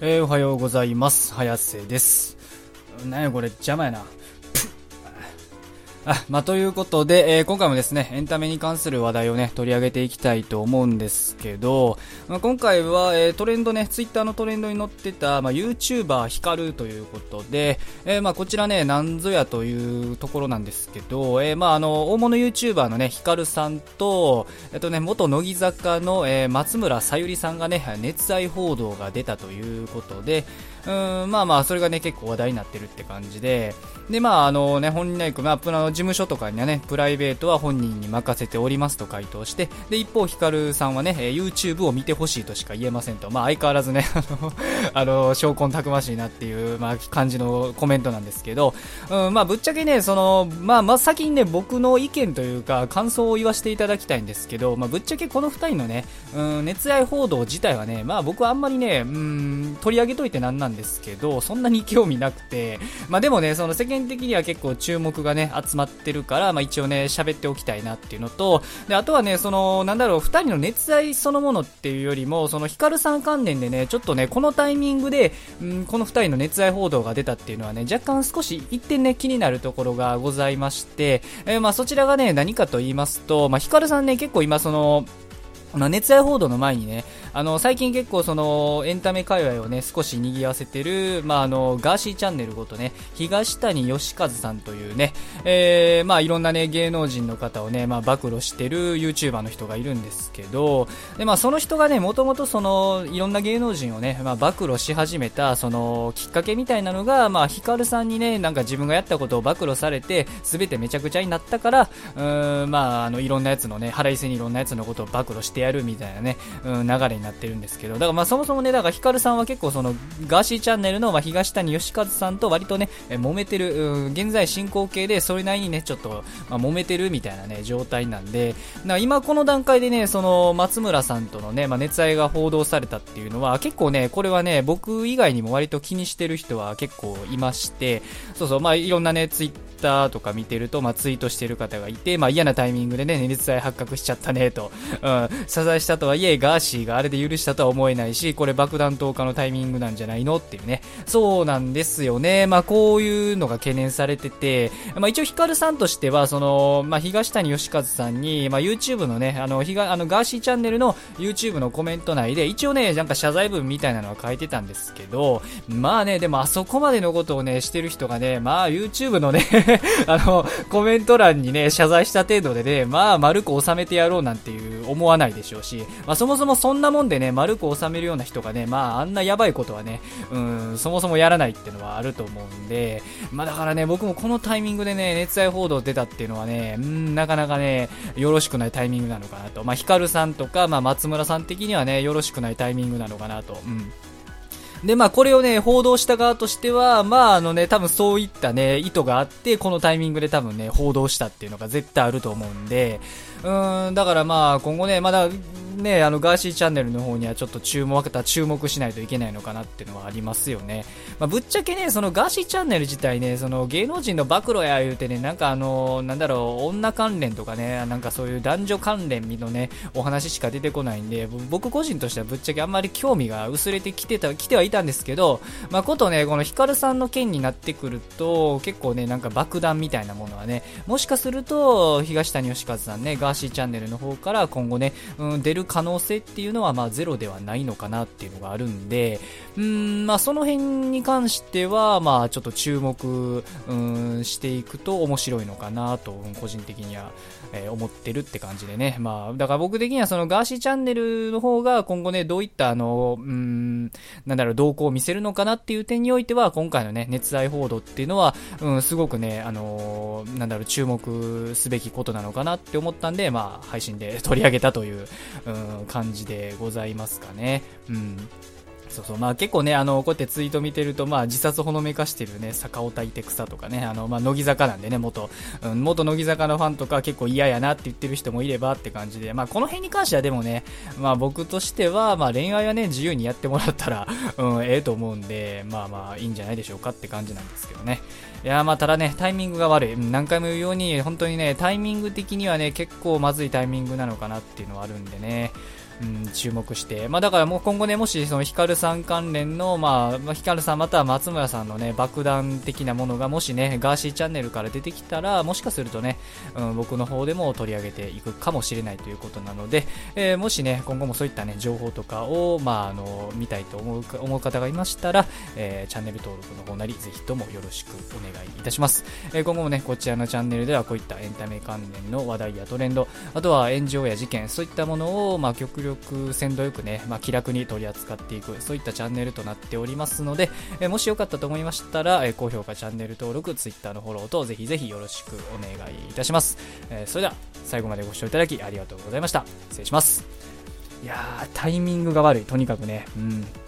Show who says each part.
Speaker 1: おはようございます。早瀬です。なんやこれ、邪魔やな。ということで、今回もですね、エンタメに関する話題をね、取り上げていきたいと思うんですけど、今回は、トレンドね、ツイッターのトレンドに載ってた、YouTuber ヒカルということで、こちらね、なんぞやというところなんですけど、大物 YouTuber のね、ヒカルさんと、元乃木坂の、松村さゆりさんがね、熱愛報道が出たということで、それがね、結構話題になってるって感じで、で、本人の事務所とかにはね、プライベートは本人に任せておりますと回答して、で、一方、ヒカルさんはね、YouTube を見てほしいとしか言えませんと、相変わらずね、証拠たくましいなっていう、感じのコメントなんですけど、ぶっちゃけね、先にね、僕の意見というか、感想を言わせていただきたいんですけど、ぶっちゃけこの二人のね、熱愛報道自体はね、僕はあんまりね、取り上げといてなんなんですけど、そんなに興味なくて、でもね、その世間的には結構注目がね、集まってるから、一応ね、喋っておきたいなっていうのと、で、あとはね、二人の熱愛そのものっていうよりも、ヒカルさん関連でね、ちょっとね、このタイミングで、この二人の熱愛報道が出たっていうのはね、若干少し一点ね、気になるところがございまして、そちらがね、何かと言いますと、ヒカルさんね、結構今熱愛報道の前にね、最近結構エンタメ界隈をね、少し賑わせてる、ガーシーチャンネルごとね、東谷義和さんというね、いろんなね、芸能人の方をね、暴露してる YouTuber の人がいるんですけど、で、その人がね、もともといろんな芸能人をね、暴露し始めた、きっかけみたいなのが、ヒカルさんにね、なんか自分がやったことを暴露されて、すべてめちゃくちゃになったから、いろんなやつのね、腹いせにいろんなやつのことを暴露してやるみたいなね、流れになってるんですけど、だからそもそもね、だからヒカルさんは結構ガーシーチャンネルの東谷義和さんと割とね、揉めてる、現在進行形でそれなりにね、ちょっと、揉めてるみたいなね、状態なんで、今この段階でね、松村さんとのね、熱愛が報道されたっていうのは、結構ね、これはね、僕以外にも割と気にしてる人は結構いまして、いろんなね、ツイッターとか見てると、ツイートしてる方がいて、嫌なタイミングでね、熱愛発覚しちゃったね、と、謝罪したとはいえ、ガーシーがあれで許したとは思えないし、これ爆弾投下のタイミングなんじゃないのっていうね。そうなんですよね。こういうのが懸念されてて、一応ヒカルさんとしては、東谷義和さんに、YouTube のね、ガーシーチャンネルの YouTube のコメント内で、一応ね、なんか謝罪文みたいなのは書いてたんですけど、でもあそこまでのことをね、してる人がね、YouTube のね、コメント欄にね、謝罪した程度でね、丸く収めてやろうなんていう思わないでしょうし、そもそもそんなもんでね、丸く収めるような人がね、あんなやばいことはね、そもそもやらないっていうのはあると思うんで、だからね、僕もこのタイミングでね、熱愛報道出たっていうのはね、なかなかね、よろしくないタイミングなのかなと。ヒカルさんとか、松村さん的にはね、よろしくないタイミングなのかなと。で、これをね、報道した側としては、多分そういったね、意図があって、このタイミングで多分ね、報道したっていうのが絶対あると思うんで、だから今後ね、まだね、ガーシーチャンネルの方にはちょっと注目しないといけないのかなっていうのはありますよね。ぶっちゃけね、ガーシーチャンネル自体ね、芸能人の暴露や言うてね、なんか女関連とかね、なんかそういう男女関連のね、お話しか出てこないんで、僕個人としてはぶっちゃけあんまり興味が薄れてきてはいたんですけど、ことね、このヒカルさんの件になってくると、結構ね、なんか爆弾みたいなものはね、もしかすると、東谷義和さんね、ガーシーチャンネルの方から今後ね、出る可能性っていうのはゼロではないのかなっていうのがあるんで、その辺に関してはちょっと注目していくと面白いのかなと個人的には、思ってるって感じでね。だから僕的にはそのガーシーチャンネルの方が今後ね、どういった動向を見せるのかなっていう点においては、今回のね、熱愛報道っていうのは、すごくね、注目すべきことなのかなって思ったんで、配信で取り上げたという、感じでございますかね。結構ね、こうやってツイート見てると、自殺ほのめかしてるね、坂尾たいて草とかね、乃木坂なんでね、元乃木坂のファンとか結構嫌やなって言ってる人もいればって感じで、この辺に関してはでもね、僕としては、恋愛はね、自由にやってもらったら、ええと思うんで、いいんじゃないでしょうかって感じなんですけどね。いやただね、タイミングが悪い。何回も言うように、本当にね、タイミング的にはね、結構まずいタイミングなのかなっていうのはあるんでね。 注目して、だからもう今後ね、もしそのヒカルさん関連の、ヒカルさんまたは松村さんのね、爆弾的なものがもしね、ガーシーチャンネルから出てきたら、もしかするとね、僕の方でも取り上げていくかもしれないということなので、もしね、今後もそういったね、情報とかを、見たいと思う方がいましたら、チャンネル登録の方なり、ぜひともよろしくお願いいたします。今後もね、こちらのチャンネルではこういったエンタメ関連の話題やトレンド、あとは炎上や事件、そういったものを、極力鮮度よくね、気楽に取り扱っていく、そういったチャンネルとなっておりますので、もしよかったと思いましたら、高評価、チャンネル登録、Twitter のフォローとぜひぜひよろしくお願いいたします。それでは最後までご視聴いただきありがとうございました。失礼します。いやー、タイミングが悪い、とにかくね。